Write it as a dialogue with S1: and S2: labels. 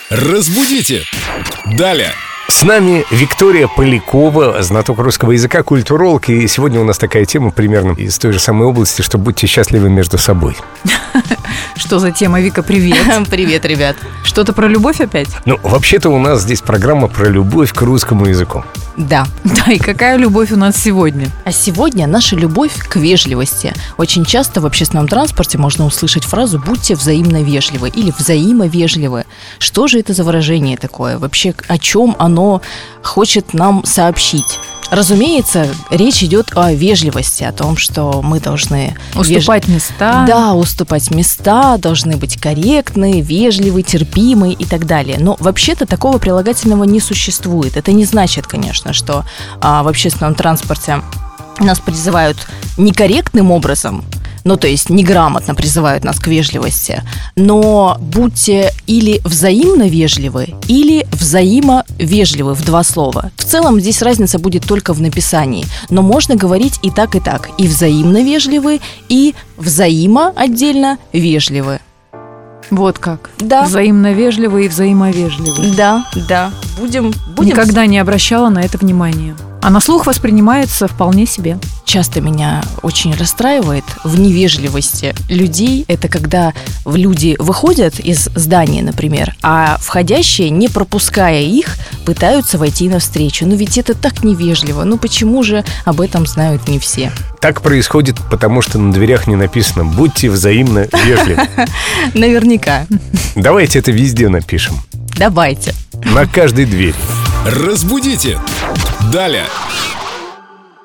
S1: Разбудите! Далее!
S2: С нами Виктория Полякова, знаток русского языка, культуролог. И сегодня у нас такая тема примерно из той же самой области, что будьте счастливы между собой.
S3: Что за тема, Вика, привет.
S4: Привет, ребят.
S3: Что-то про любовь опять?
S2: Ну, вообще-то у нас здесь программа про любовь к русскому языку.
S4: Да.
S3: Да, и какая любовь у нас сегодня?
S4: А сегодня наша любовь к вежливости. Очень часто в общественном транспорте можно услышать фразу «будьте взаимно вежливы» или «взаимовежливы». Что же это за выражение такое? Вообще, о чем оно хочет нам сообщить? Разумеется, речь идет о вежливости, о том, что мы должны
S3: Уступать места.
S4: Да, уступать места, должны быть корректны, вежливы, терпимы и так далее. Но вообще-то такого прилагательного не существует. Это не значит, конечно, что в общественном транспорте нас призывают некорректным образом, ну, то есть неграмотно призывают нас к вежливости, но будьте или взаимно вежливы, или взаимовежливы в два слова. В целом здесь разница будет только в написании, но можно говорить и так, и взаимно вежливы, и взаимо отдельно вежливы.
S3: Вот как.
S4: Да.
S3: Взаимно вежливы и взаимовежливы.
S4: Да. Будем...
S3: Никогда не обращала на это внимания. А на слух воспринимается вполне себе.
S4: Часто меня очень расстраивает в невежливости людей. Это когда люди выходят из здания, например, а входящие, не пропуская их, пытаются войти навстречу. Ну ведь это так невежливо. Ну почему же об этом знают не все?
S2: Так происходит, потому что на дверях не написано «будьте взаимно вежливы».
S4: Наверняка.
S2: Давайте это везде напишем.
S4: Давайте.
S2: На каждой двери.
S1: Разбудите! Далее!